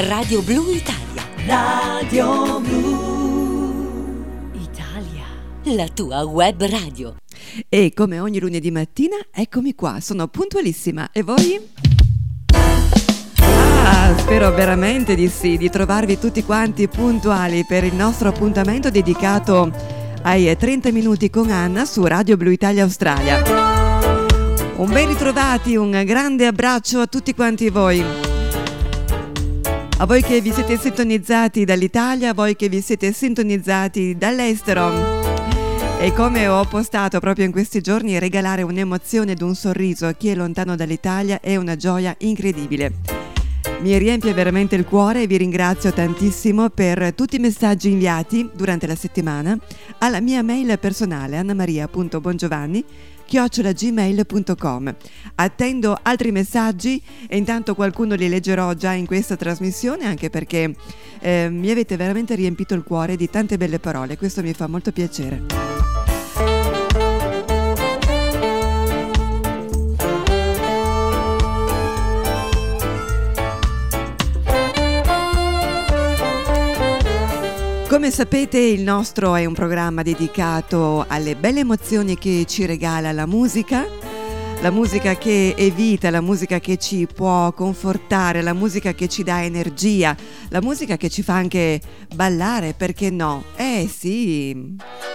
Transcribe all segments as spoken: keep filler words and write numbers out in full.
Radio Blu Italia. Radio Blu Italia. La tua web radio. E come ogni lunedì mattina, eccomi qua, sono puntualissima. E voi? Ah, spero veramente di sì, di trovarvi tutti quanti puntuali per il nostro appuntamento dedicato ai trenta minuti con Anna su Radio Blu Italia Australia. Un ben ritrovati, un grande abbraccio a tutti quanti voi. A voi che vi siete sintonizzati dall'Italia, a voi che vi siete sintonizzati dall'estero. E come ho postato proprio in questi giorni, regalare un'emozione ed un sorriso a chi è lontano dall'Italia è una gioia incredibile. Mi riempie veramente il cuore e vi ringrazio tantissimo per tutti i messaggi inviati durante la settimana alla mia mail personale annamaria punto bongiovanni chiocciola gmail punto com. Attendo altri messaggi e intanto qualcuno li leggerò già in questa trasmissione, anche perché eh, mi avete veramente riempito il cuore di tante belle parole, questo mi fa molto piacere. Come sapete, il nostro è un programma dedicato alle belle emozioni che ci regala la musica, la musica che è vita, la musica che ci può confortare, la musica che ci dà energia, la musica che ci fa anche ballare, perché no? Eh sì!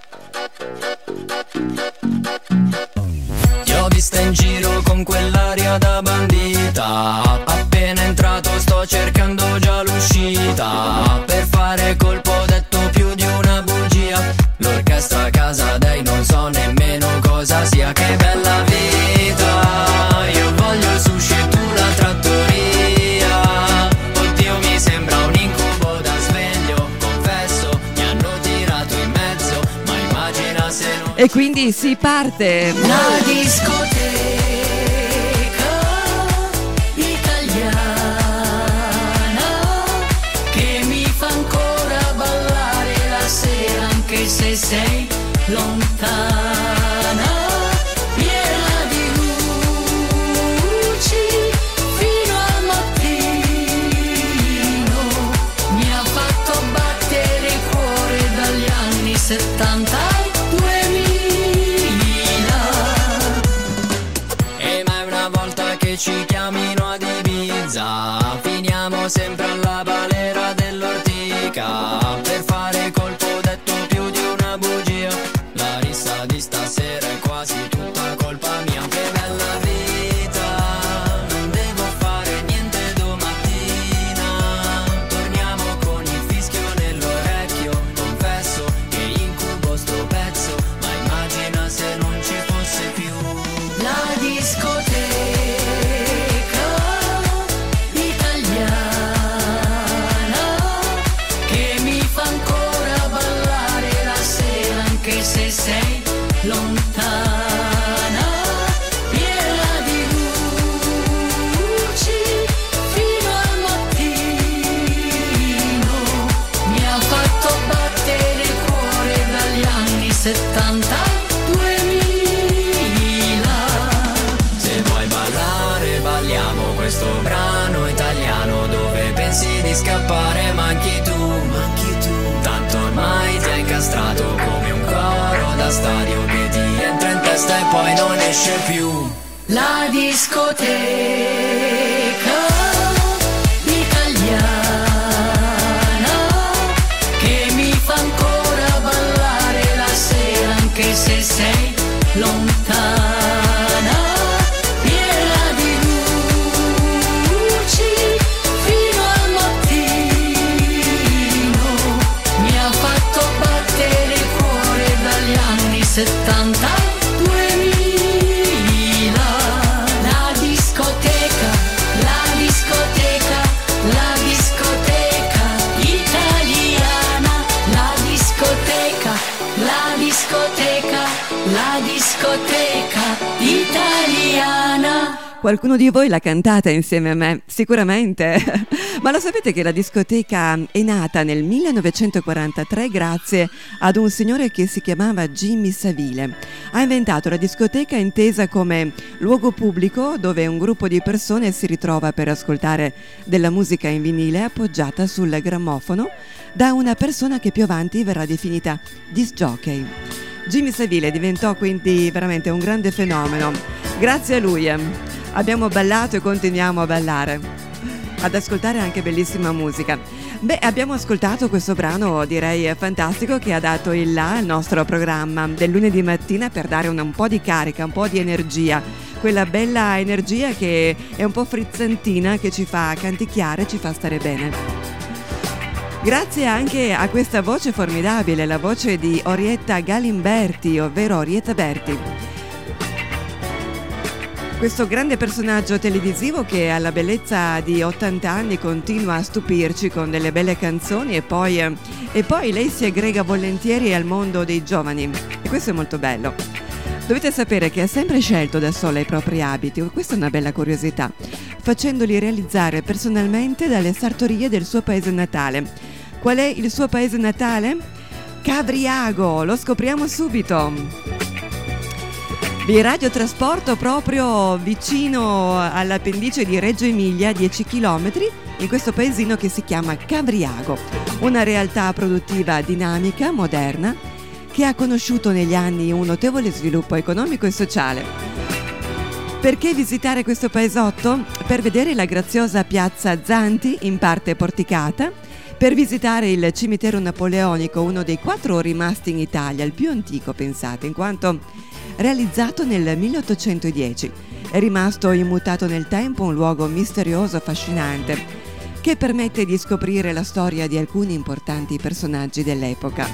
Ti ho vista in giro con quell'aria da bandita, appena entrato sto cercando già l'uscita, per fare colpo ho detto più di una bugia, l'orchestra a casa dei non so nemmeno cosa sia, che bella vita, io voglio il sushi e tu la trattoria, oddio mi sembra un incubo da sveglio, confesso mi hanno tirato in mezzo, ma immagina se non... E quindi si parte! La discoteca italiana che mi fa ancora ballare la sera anche se sei lontana, piena di luci fino al mattino, mi ha fatto battere il cuore dagli anni settanta al duemila. E mai una volta che ci chiamino ad Ibiza finiamo sempre alla balera dell'Ortica, per fare colpo ho detto più di una bugia, la rissa di stasera è quasi tutta colpa mia, che bella vita, non devo fare niente domattina, torniamo con il fischio nell'orecchio, confesso che incubo sto pezzo, ma immagina se non ci fosse più la discoteca italiana che mi fa ancora ballare la sera anche se sei lontana, piena di luci fino al mattino, mi ha fatto battere il cuore dagli anni settanta al duemila. Se vuoi ballare balliamo questo brano italiano dove pensi di scappare ma anche tu, manchi tu, tanto ormai ti hai incastrato come un coro da stadio che ti entra in testa e poi non esce più. La discoteca italiana che mi fa ancora ballare la sera anche se sei lontana, piena di luci fino al mattino, mi ha fatto battere il cuore dagli anni settanta al duemila. La discoteca, la discoteca, la discoteca italiana, la discoteca, la discoteca, la discoteca italiana. Qualcuno di voi l'ha cantata insieme a me, sicuramente. Ma lo sapete che la discoteca è nata nel millenovecentoquarantatré grazie ad un signore che si chiamava Jimmy Savile. Ha inventato la discoteca intesa come luogo pubblico dove un gruppo di persone si ritrova per ascoltare della musica in vinile appoggiata sul grammofono da una persona che più avanti verrà definita disc jockey. Jimmy Savile diventò quindi veramente un grande fenomeno. Grazie a lui abbiamo ballato e continuiamo a ballare, ad ascoltare anche bellissima musica. Beh, abbiamo ascoltato questo brano, direi fantastico, che ha dato il là al nostro programma del lunedì mattina per dare un, un po' di carica, un po' di energia, quella bella energia che è un po' frizzantina, che ci fa canticchiare, ci fa stare bene. Grazie anche a questa voce formidabile, la voce di Orietta Galimberti, ovvero Orietta Berti. Questo grande personaggio televisivo che alla bellezza di ottanta anni continua a stupirci con delle belle canzoni e poi, e poi lei si aggrega volentieri al mondo dei giovani e questo è molto bello. Dovete sapere che ha sempre scelto da sola i propri abiti, questa è una bella curiosità, facendoli realizzare personalmente dalle sartorie del suo paese natale. Qual è il suo paese natale? Cavriago, lo scopriamo subito. Vi radiotrasporto proprio vicino all'appendice di Reggio Emilia, dieci chilometri, in questo paesino che si chiama Cavriago, una realtà produttiva dinamica, moderna, che ha conosciuto negli anni un notevole sviluppo economico e sociale. Perché visitare questo paesotto? Per vedere la graziosa piazza Zanti, in parte porticata, per visitare il cimitero napoleonico, uno dei quattro rimasti in Italia, il più antico, pensate, in quanto realizzato nel milleottocentodieci. È rimasto immutato nel tempo, un luogo misterioso, affascinante, che permette di scoprire la storia di alcuni importanti personaggi dell'epoca.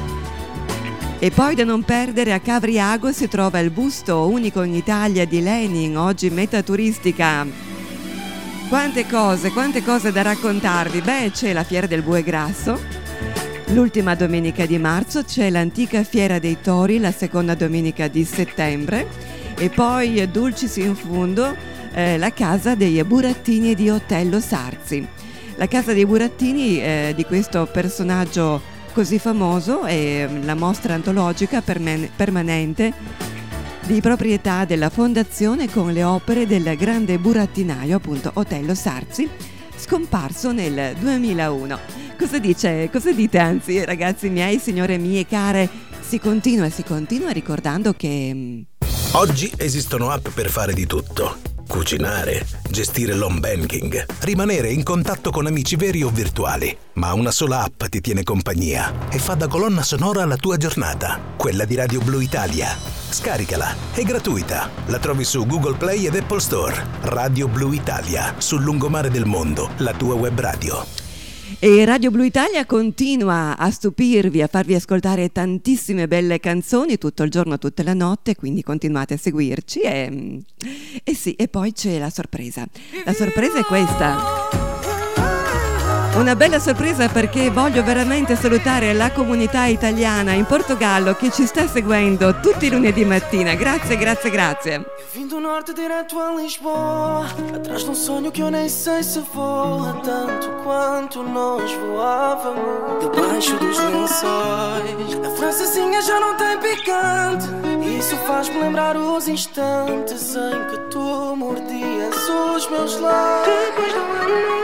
E poi da non perdere, a Cavriago si trova il busto unico in Italia di Lenin, oggi meta turistica. Quante cose, quante cose da raccontarvi. Beh, c'è la Fiera del Bue Grasso. L'ultima domenica di marzo c'è l'antica Fiera dei Tori, la seconda domenica di settembre, e poi dulcis in fundo eh, la casa dei burattini di Otello Sarzi. La casa dei burattini eh, di questo personaggio così famoso è la mostra antologica perman- permanente di proprietà della fondazione con le opere del grande burattinaio, appunto Otello Sarzi, scomparso nel duemilauno. Cosa dice? Cosa dite, anzi, ragazzi miei, signore mie care? Si continua e si continua ricordando che oggi esistono app per fare di tutto: cucinare, gestire l'home banking, rimanere in contatto con amici veri o virtuali. Ma una sola app ti tiene compagnia e fa da colonna sonora alla tua giornata, quella di Radio Blu Italia. Scaricala, è gratuita. La trovi su Google Play ed Apple Store. Radio Blu Italia, sul lungomare del mondo, la tua web radio. E Radio Blu Italia continua a stupirvi, a farvi ascoltare tantissime belle canzoni tutto il giorno, tutta la notte, quindi continuate a seguirci e, e sì, e poi c'è la sorpresa. La sorpresa è questa. Una bella sorpresa perché voglio veramente salutare la comunità italiana in Portogallo che ci sta seguendo tutti i lunedì mattina. Grazie, grazie, grazie. Vim do norte direto a Lisboa, atrás de um sonho que eu nem sei se voa tanto quanto nós voávamos debaixo dos lençóis. A francesinha já não tem picante, isso faz-me lembrar os instantes em que tu mordias os meus lábios.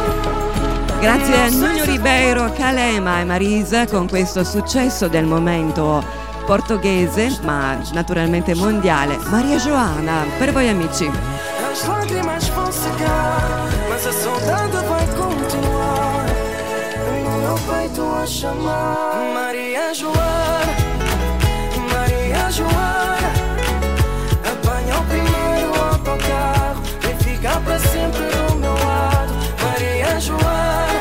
Grazie a Nuno Ribeiro, Calema e Marisa con questo successo del momento portoghese, ma naturalmente mondiale. Maria Joana, per voi amici. As lágrimas vão secar, mas a saudade vai continuar no meu peito a chamar. Maria Joana, Maria Joana, apanha o primeiro autocarro e fica para sempre do meu lado. Maria Joana,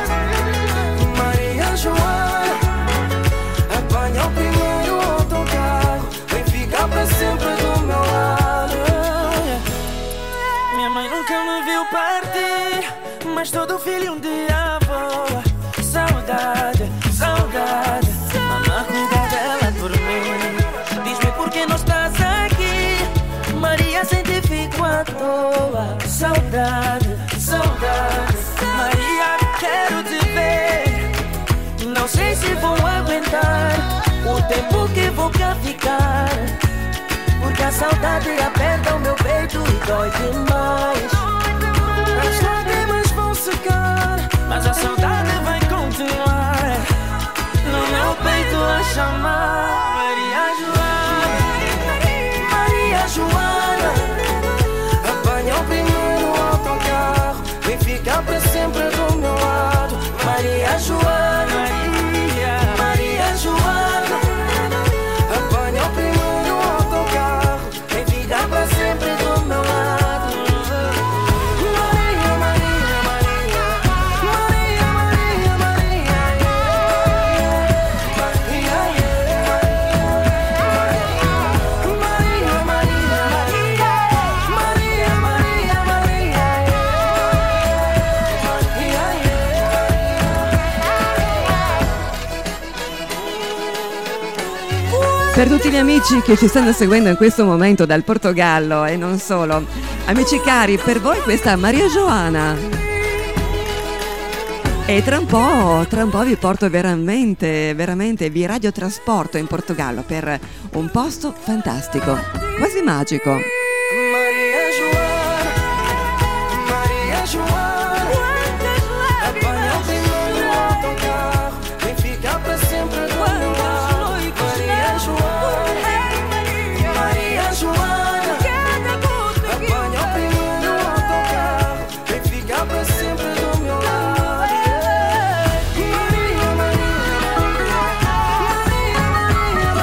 Maria Joana, apanha o primeiro autocarro e fica para sempre do meu lado. Minha mãe nunca me viu partir, mas todo filho um dia voa. Saudade, saudade, mamãe cuida dela por mim. Diz-me por que não estás aqui, Maria, sem ti fico à toa. saudade aperta o meu peito e dói demais. As lágrimas vão secar, mas a saudade vai continuar no meu peito a chamar. Maria Joana, Maria Joana, apanha o primeiro autocarro, vem ficar pra sempre do meu lado. Maria Joana, Maria Joana, apanha o primeiro autocarro, vem ficar pra sempre do meu lado. Maria, Maria, Maria, Maria, Maria, Maria, Maria, Maria, Maria, Maria, Maria. Per tutti gli amici che ci stanno seguendo in questo momento dal Portogallo e non solo, amici cari, per voi questa Maria Joana. E tra un po', tra un po' vi porto veramente, veramente, vi radiotrasporto in Portogallo per un posto fantastico, quasi magico. Maria Joana, Maria Joana, apanha o primeiro autocarro, vem ficar pra sempre do meu lado. Maria Joana, Maria Joana, apanha o primeiro autocarro, vem ficar pra sempre do meu lado. Maria, Maria, Maria, Maria,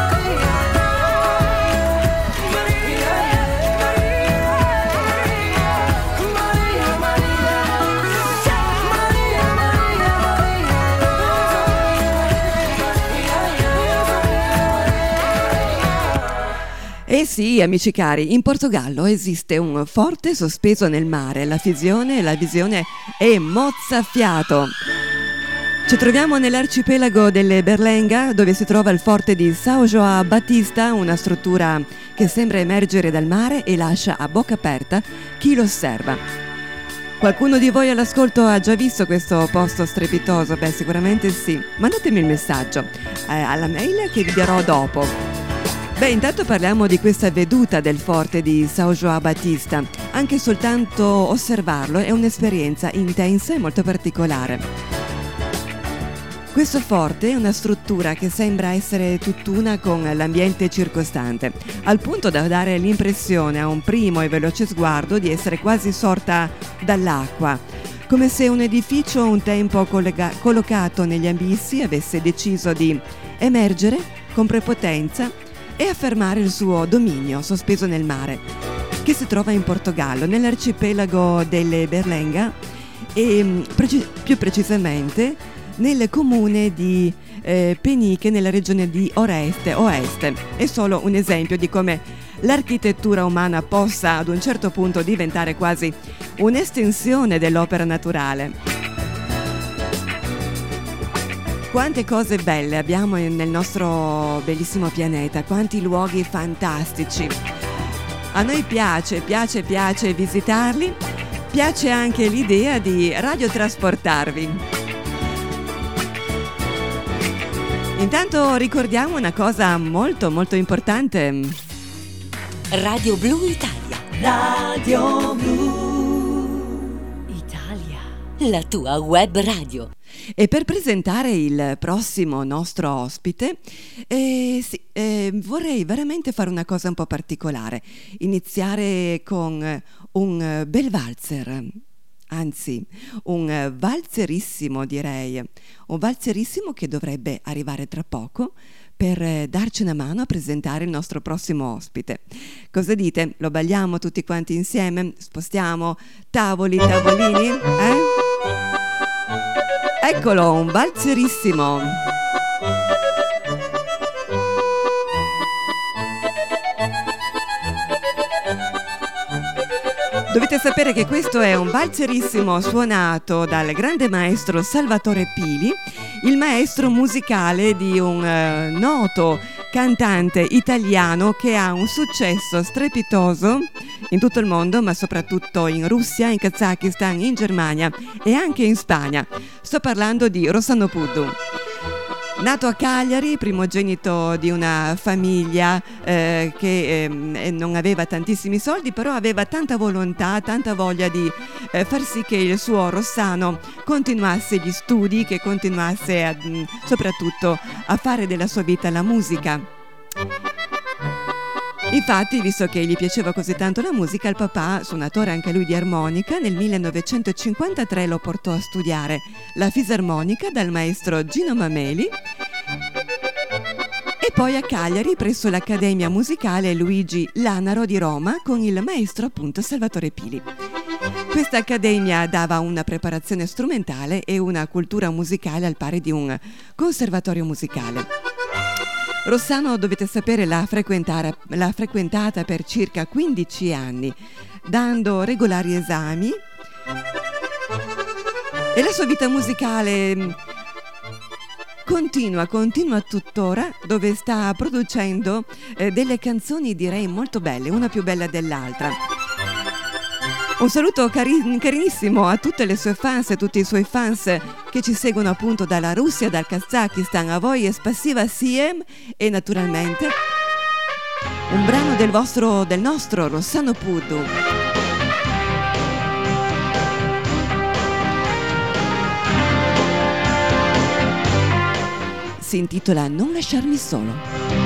Eh sì, amici cari, in Portogallo esiste un forte sospeso nel mare, la visione, la visione è mozzafiato. Ci troviamo nell'arcipelago delle Berlenga, dove si trova il forte di São João Batista, una struttura che sembra emergere dal mare e lascia a bocca aperta chi lo osserva. Qualcuno di voi all'ascolto ha già visto questo posto strepitoso? Beh, sicuramente sì. Mandatemi il messaggio eh, alla mail che vi darò dopo. Beh, intanto parliamo di questa veduta del forte di São João Batista. Anche soltanto osservarlo è un'esperienza intensa e molto particolare. Questo forte è una struttura che sembra essere tutt'una con l'ambiente circostante, al punto da dare l'impressione a un primo e veloce sguardo di essere quasi sorta dall'acqua, come se un edificio un tempo collega- collocato negli abissi avesse deciso di emergere con prepotenza e affermare il suo dominio sospeso nel mare, che si trova in Portogallo, nell'arcipelago delle Berlenga e preci- più precisamente nel comune di eh, Peniche, nella regione di Oreste, Oeste. È solo un esempio di come l'architettura umana possa ad un certo punto diventare quasi un'estensione dell'opera naturale. Quante cose belle abbiamo nel nostro bellissimo pianeta, quanti luoghi fantastici. A noi piace, piace, piace visitarli, piace anche l'idea di radiotrasportarvi. Intanto ricordiamo una cosa molto molto importante. Radio Blu Italia. Radio Blu Italia. La tua web radio. E per presentare il prossimo nostro ospite, eh, sì, eh, vorrei veramente fare una cosa un po' particolare. Iniziare con un bel valzer. Anzi, un valzerissimo direi, un valzerissimo che dovrebbe arrivare tra poco per darci una mano a presentare il nostro prossimo ospite. Cosa dite? Lo balliamo tutti quanti insieme? Spostiamo tavoli, tavolini? Eh? Eccolo, un valzerissimo! Dovete sapere che questo è un valzerissimo suonato dal grande maestro Salvatore Pili, il maestro musicale di un eh, noto cantante italiano che ha un successo strepitoso in tutto il mondo, ma soprattutto in Russia, in Kazakistan, in Germania e anche in Spagna. Sto parlando di Rossano Puddu. Nato a Cagliari, primogenito di una famiglia eh, che eh, non aveva tantissimi soldi, però aveva tanta volontà, tanta voglia di eh, far sì che il suo Rossano continuasse gli studi, che continuasse a, soprattutto a fare della sua vita la musica. Infatti, visto che gli piaceva così tanto la musica, il papà, suonatore anche lui di armonica, nel millenovecentocinquantatré lo portò a studiare la fisarmonica dal maestro Gino Mameli e poi a Cagliari presso l'Accademia Musicale Luigi Lanaro di Roma con il maestro appunto Salvatore Pili. Questa accademia dava una preparazione strumentale e una cultura musicale al pari di un conservatorio musicale. Rossano, dovete sapere, l'ha frequentata, l'ha frequentata per circa quindici anni, dando regolari esami, e la sua vita musicale continua, continua tuttora, dove sta producendo eh, delle canzoni, direi, molto belle, una più bella dell'altra. Un saluto cari- carinissimo a tutte le sue fans e tutti i suoi fans che ci seguono appunto dalla Russia, dal Kazakistan. A voi è Spasiva Siem e naturalmente un brano del vostro, del nostro Rossano Pudu. Si intitola Non lasciarmi solo.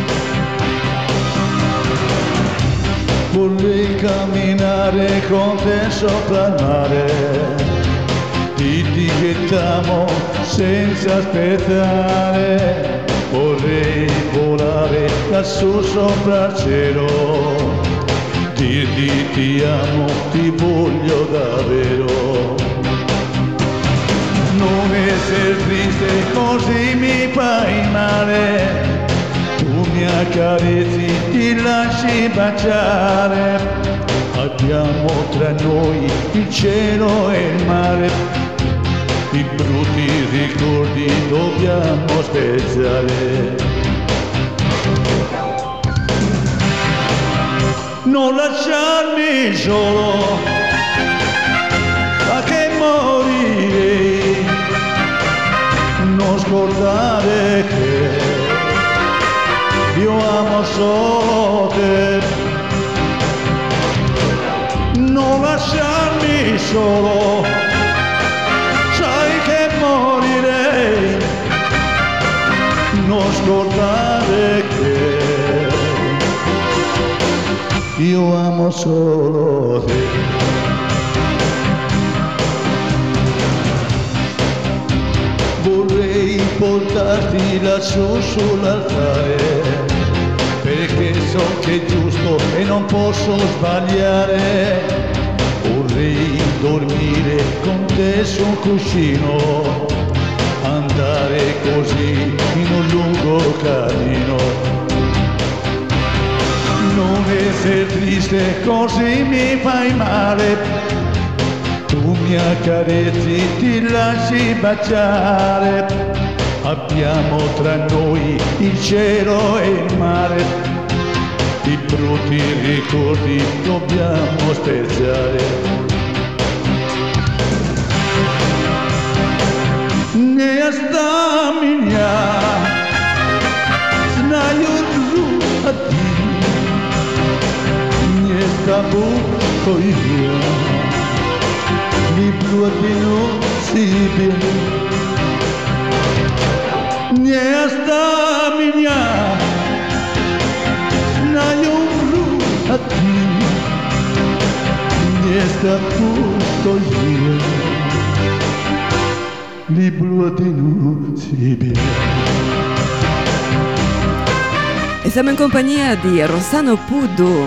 Vorrei camminare con te sopra il mare, ti tighettiamo senza aspettare. Vorrei volare lassù sopra il cielo, dirti ti amo, ti voglio davvero. Non essere triste così mi fai male, tu mi accarezzi, ti lasci baciare. Abbiamo tra noi il cielo e il mare, i brutti ricordi dobbiamo spezzare. Non lasciarmi solo, a che morirei. Non scordare che io amo solo te. Non lasciarmi solo, sai che morirei. Non scordare che io amo solo te. Vorrei portarti lassù sull'altare, perché so che è giusto e non posso sbagliare. Vorrei dormire con te su un cuscino, andare così in un lungo cammino. Non essere triste così mi fai male, tu mi accarezzi, ti lasci baciare. Abbiamo tra noi il cielo e il mare, i brutti ricordi dobbiamo spezzare. Ne astamina, znaju a ti, ne stabu koju, ni bludinu sibi. Не оставь меня, знаю, а ты не статую, люблю одну себе. E siamo in compagnia di Rossano Pudu.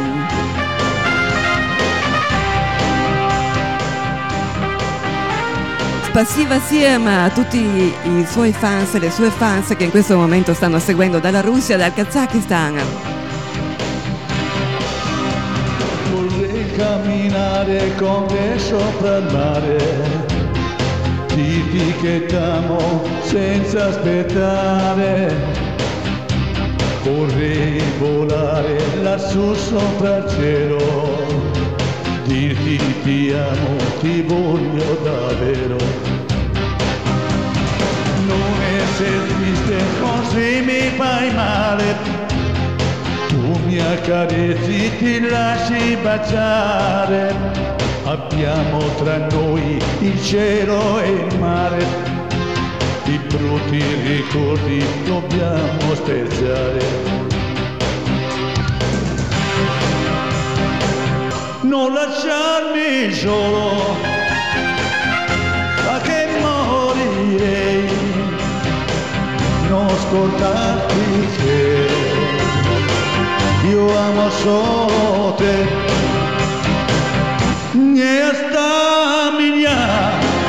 Passiva assieme a tutti i suoi fans e le sue fans che in questo momento stanno seguendo dalla Russia e dal Kazakistan. Vorrei camminare con te sopra il mare, dirti che t'amo senza aspettare. Vorrei volare lassù sopra il cielo, dirti ti amo, ti voglio davvero. Non essere triste dolce, così mi fai male. Tu mi accarezzi, ti lasci baciare. Abbiamo tra noi il cielo e il mare. I brutti ricordi dobbiamo spezzare. Non lasciarmi solo, fa che morirei. Non scordarti che io amo solo te. Nie stamiglia,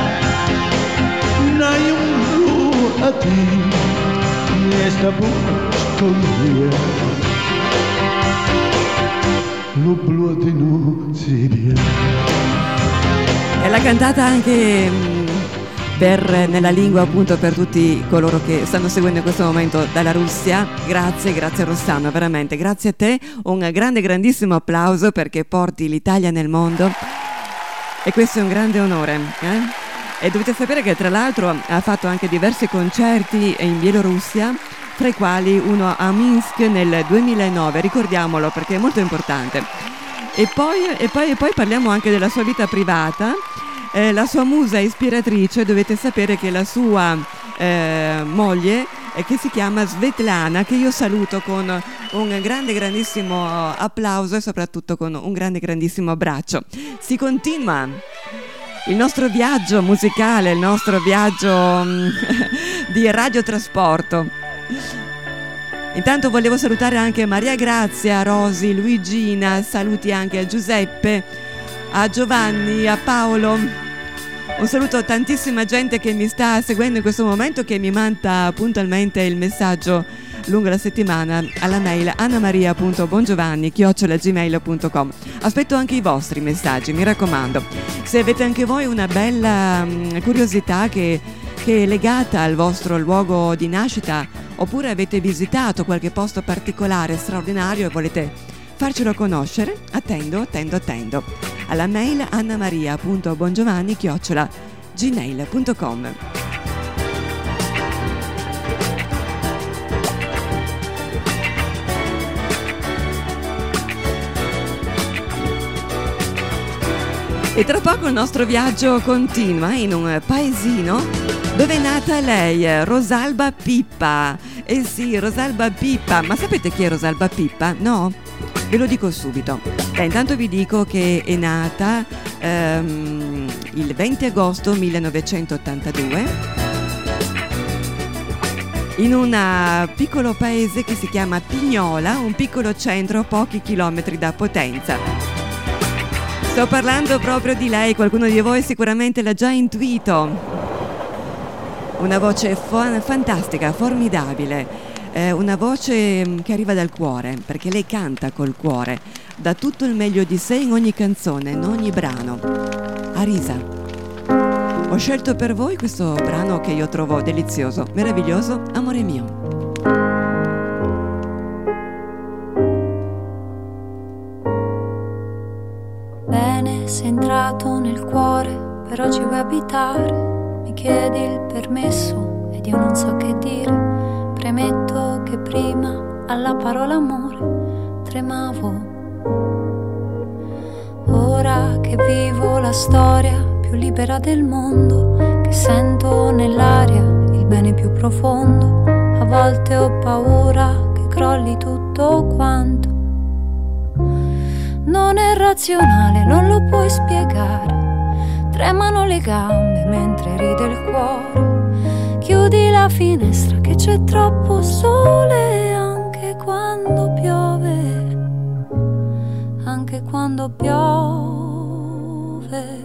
dai un blu a ti, nie sta busto via. Lo blu di non si via. E l'ha cantata anche mh, per, nella lingua appunto per tutti coloro che stanno seguendo in questo momento dalla Russia. Grazie, grazie Rossano, veramente grazie a te, un grande grandissimo applauso perché porti l'Italia nel mondo e questo è un grande onore, eh? E dovete sapere che tra l'altro ha fatto anche diversi concerti in Bielorussia, tra i quali uno a Minsk nel duemilanove, ricordiamolo perché è molto importante. E poi, e poi, e poi parliamo anche della sua vita privata. Eh, la sua musa ispiratrice, dovete sapere che la sua eh, moglie, eh, che si chiama Svetlana, che io saluto con un grande grandissimo applauso e soprattutto con un grande grandissimo abbraccio. Si continua il nostro viaggio musicale, il nostro viaggio di radiotrasporto. Intanto volevo salutare anche Maria Grazia, Rosi, Luigina, saluti anche a Giuseppe, a Giovanni, a Paolo. Un saluto a tantissima gente che mi sta seguendo in questo momento, che mi manda puntualmente il messaggio lungo la settimana alla mail annamaria punto bongiovanni chiocciola gmail punto com. Aspetto anche i vostri messaggi, mi raccomando. Se avete anche voi una bella um, curiosità che, che è legata al vostro luogo di nascita, oppure avete visitato qualche posto particolare, straordinario e volete farcelo conoscere, attendo, attendo, attendo alla mail annamaria punto bongiovanni chiocciola gmail punto com. E tra poco il nostro viaggio continua in un paesino dove è nata lei, Rosalba Pippa. Eh sì, Rosalba Pippa. Ma sapete chi è Rosalba Pippa? No? Ve lo dico subito. Beh, intanto vi dico che è nata ehm, il venti agosto millenovecentottantadue in un piccolo paese che si chiama Pignola, un piccolo centro a pochi chilometri da Potenza. Sto parlando proprio di lei, qualcuno di voi sicuramente l'ha già intuito. Una voce fo- fantastica, formidabile, eh, una voce che arriva dal cuore, perché lei canta col cuore, dà tutto il meglio di sé in ogni canzone, in ogni brano. Arisa. Ho scelto per voi questo brano che io trovo delizioso, meraviglioso, Amore mio. Bene, sei entrato nel cuore, però ci vuoi abitare. Mi chiedi il permesso ed io non so che dire. Premetto che prima alla parola amore tremavo. Ora che vivo la storia più libera del mondo, che sento nell'aria il bene più profondo, a volte ho paura che crolli tutto quanto. Non è razionale, non lo puoi spiegare. Tremano le gambe mentre ride il cuore. Chiudi la finestra che c'è troppo sole, anche quando piove, anche quando piove.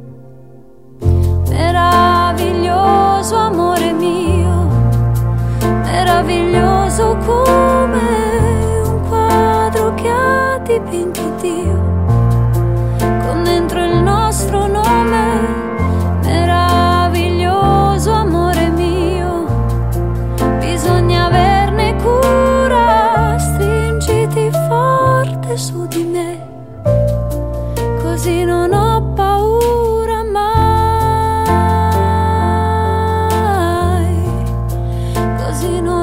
Meraviglioso amore mio, meraviglioso come un quadro che ha dipinto Dio, con dentro il nostro nome. Meraviglioso amore mio, bisogna averne cura, stringiti forte su di me, così non ho paura mai, così non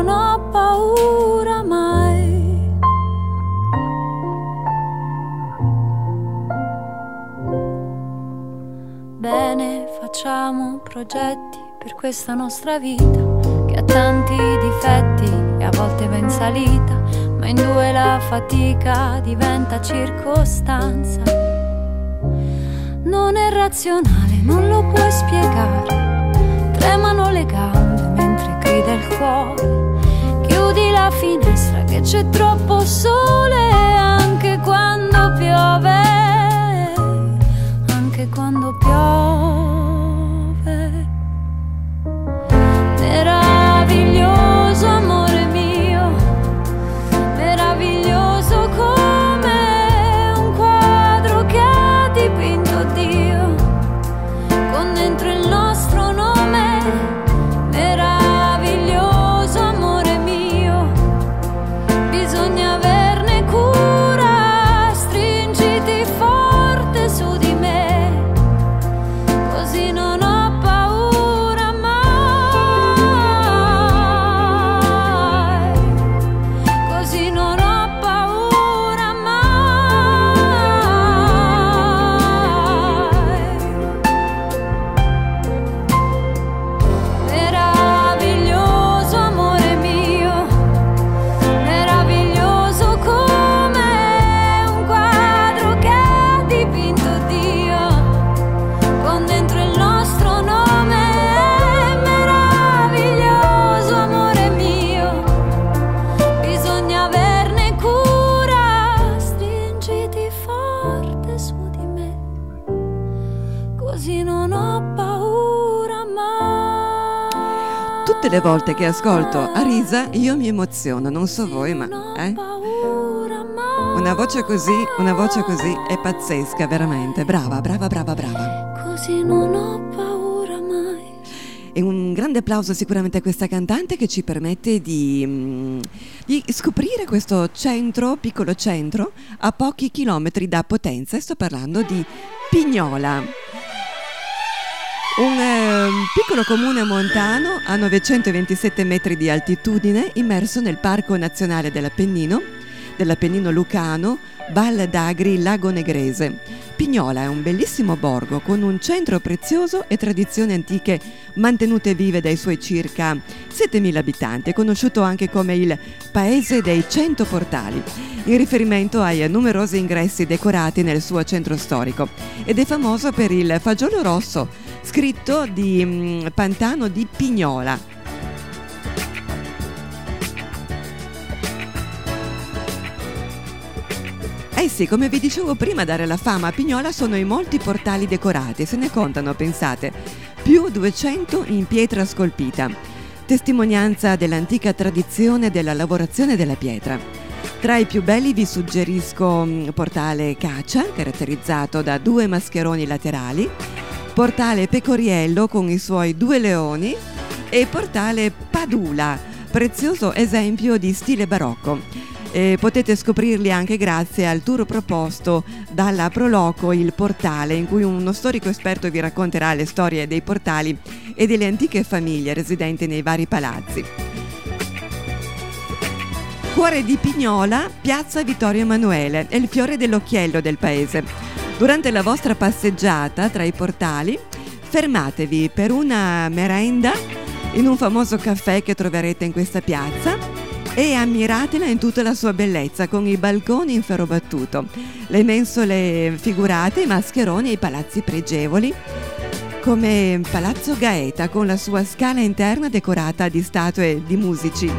tragetti per questa nostra vita che ha tanti difetti e a volte va in salita, ma in due la fatica diventa circostanza. Non è razionale, non lo puoi spiegare, tremano le gambe mentre grida il cuore. Chiudi la finestra che c'è troppo sole, anche quando piove, anche quando piove. Meraviglioso amore mio, meraviglioso come un quadro che ha dipinto Dio, con dentro il nostro nome. Meraviglioso amore mio, bisogna averne cura, stringiti forte su di me, così non ho paura mai, così non ho paura mai. Meraviglioso amore mio, meraviglioso come un quadro che ha dipinto Dio, con dentro il nostro nome. Meraviglioso amore mio, bisogna averne cura, stringiti forte su di me, così non ho paura mai. Tutte le volte che ascolto Arisa io mi emoziono, non so voi, ma eh? Paura mai. Una voce così, una voce così è pazzesca, veramente. Brava, brava, brava, brava. Così non ho paura mai. E un grande applauso sicuramente a questa cantante che ci permette di, mm, di scoprire questo centro, piccolo centro, a pochi chilometri da Potenza. E sto parlando di Pignola. Un eh, piccolo comune montano a novecentoventisette metri di altitudine, immerso nel Parco Nazionale dell'Appennino, dell'Appennino Lucano, Val d'Agri, Lago Negrese. Pignola è un bellissimo borgo con un centro prezioso e tradizioni antiche mantenute vive dai suoi circa settemila abitanti. È conosciuto anche come il Paese dei Cento Portali, in riferimento ai numerosi ingressi decorati nel suo centro storico, ed è famoso per il fagiolo rosso scritto di mh, Pantano di Pignola. Eh sì, come vi dicevo prima, a dare la fama a Pignola sono i molti portali decorati, se ne contano, pensate, più duecento in pietra scolpita, testimonianza dell'antica tradizione della lavorazione della pietra. Tra i più belli vi suggerisco mh, Portale Caccia, caratterizzato da due mascheroni laterali, Portale Pecoriello con i suoi due leoni e Portale Padula, prezioso esempio di stile barocco. E potete scoprirli anche grazie al tour proposto dalla Proloco Il Portale, in cui uno storico esperto vi racconterà le storie dei portali e delle antiche famiglie residenti nei vari palazzi. Cuore di Pignola, piazza Vittorio Emanuele, è il fiore dell'occhiello del paese. Durante la vostra passeggiata tra i portali, fermatevi per una merenda in un famoso caffè che troverete in questa piazza e ammiratela in tutta la sua bellezza, con i balconi in ferro battuto, le mensole figurate, i mascheroni e i palazzi pregevoli, come Palazzo Gaeta con la sua scala interna decorata di statue di musici.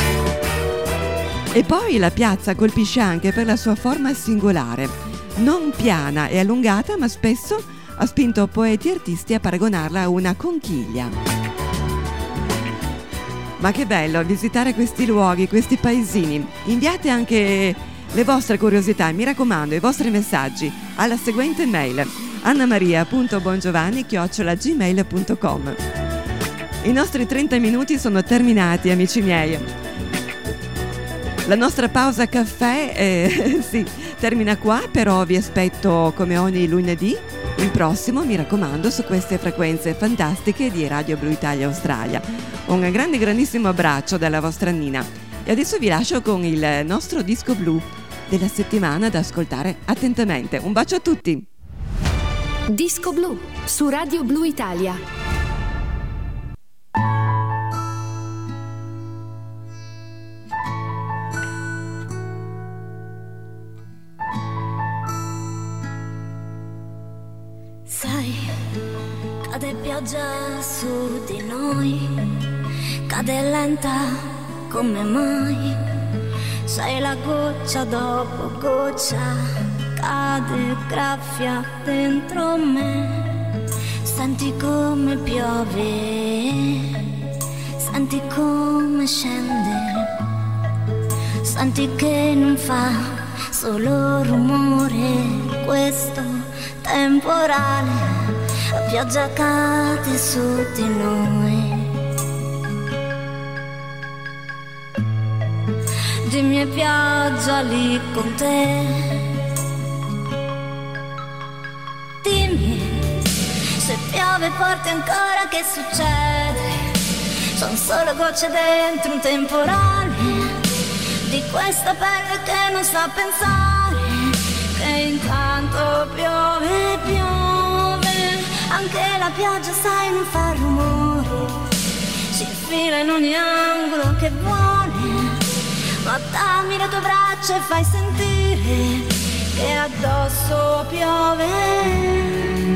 E poi la piazza colpisce anche per la sua forma singolare, non piana e allungata, ma spesso ha spinto poeti e artisti a paragonarla a una conchiglia. Ma che bello visitare questi luoghi, questi paesini. Inviate anche le vostre curiosità, mi raccomando, i vostri messaggi alla seguente mail: annamaria punto bongiovanni chiocciola gmail punto com. I nostri trenta minuti sono terminati, amici miei. La nostra pausa caffè eh, sì, termina qua, però vi aspetto come ogni lunedì, il prossimo, mi raccomando, su queste frequenze fantastiche di Radio Blu Italia Australia. Un grande grandissimo abbraccio dalla vostra Nina. E adesso vi lascio con il nostro disco blu della settimana da ascoltare attentamente. Un bacio a tutti! Disco Blu su Radio Blu Italia. pioggia su di noi cade lenta come mai, sei la goccia dopo goccia, cade graffia dentro me. Senti come piove, senti come scende, senti che non fa solo rumore questo temporale, la pioggia cade su di noi. Dimmi è pioggia lì con te, dimmi se piove forte ancora che succede, sono solo gocce dentro un temporale, di questa pelle che non sa pensare, che intanto piove, piove, anche la pioggia sai non fa rumore, si infila in ogni angolo che vuole, ma dammi le tue braccia e fai sentire che addosso piove.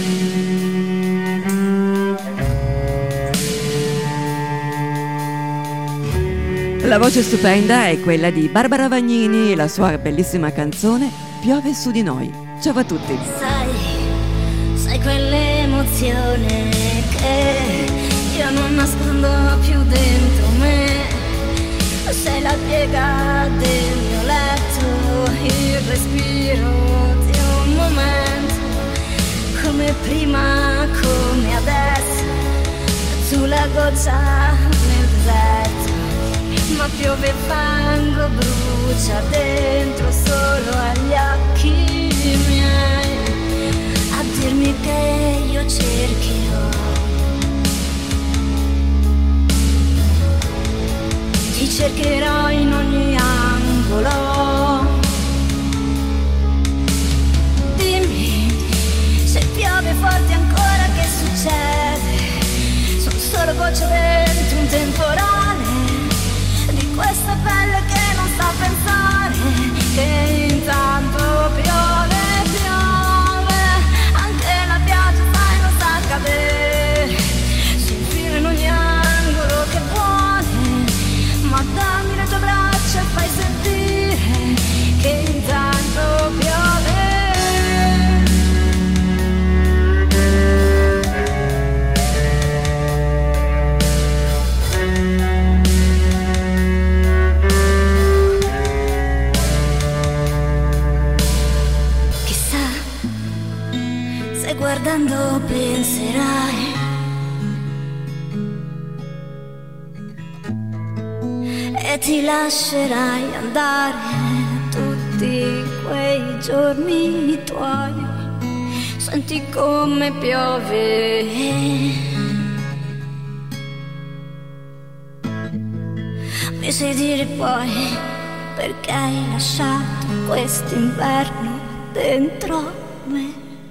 La voce stupenda è quella di Barbara Vagnini e la sua bellissima canzone Piove su di noi. Ciao a tutti. Sai, sai quell'emozione che io non nascondo più dentro me, sei la piega del mio letto, il respiro di un momento, come prima, come adesso, sulla goccia nel deserto, ma piove fango, brucia dentro solo agli occhi miei, a dirmi che io cercherò. Ti cercherò in ogni angolo. Dimmi se piove forte ancora che succede, sono solo gocce dentro un temporale, di questa pelle che non sa pensare, che intanto piove, piove, anche la pioggia sai non sa cadere, si infila in ogni angolo che vuole, ma dammi le tue braccia e fai sentire che intanto piove. Chissà se guardando penserai e ti lascerai andare tutti quei giorni tuoi. Senti come piove, mi sai dire poi perché hai lasciato quest'inverno dentro me.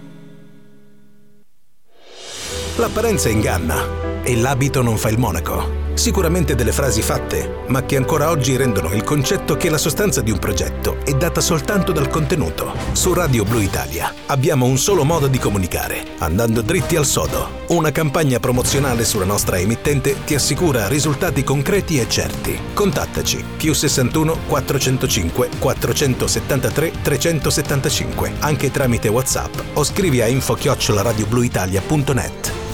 L'apparenza inganna e l'abito non fa il monaco. Sicuramente delle frasi fatte, ma che ancora oggi rendono il concetto che la sostanza di un progetto è data soltanto dal contenuto. Su Radio Blu Italia abbiamo un solo modo di comunicare, andando dritti al sodo. Una campagna promozionale sulla nostra emittente ti assicura risultati concreti e certi. Contattaci più sessantuno quattrocentocinque quattrocentosettantatré trecentosettantacinque anche tramite WhatsApp o scrivi a info chiocciola radiobluitalia punto net.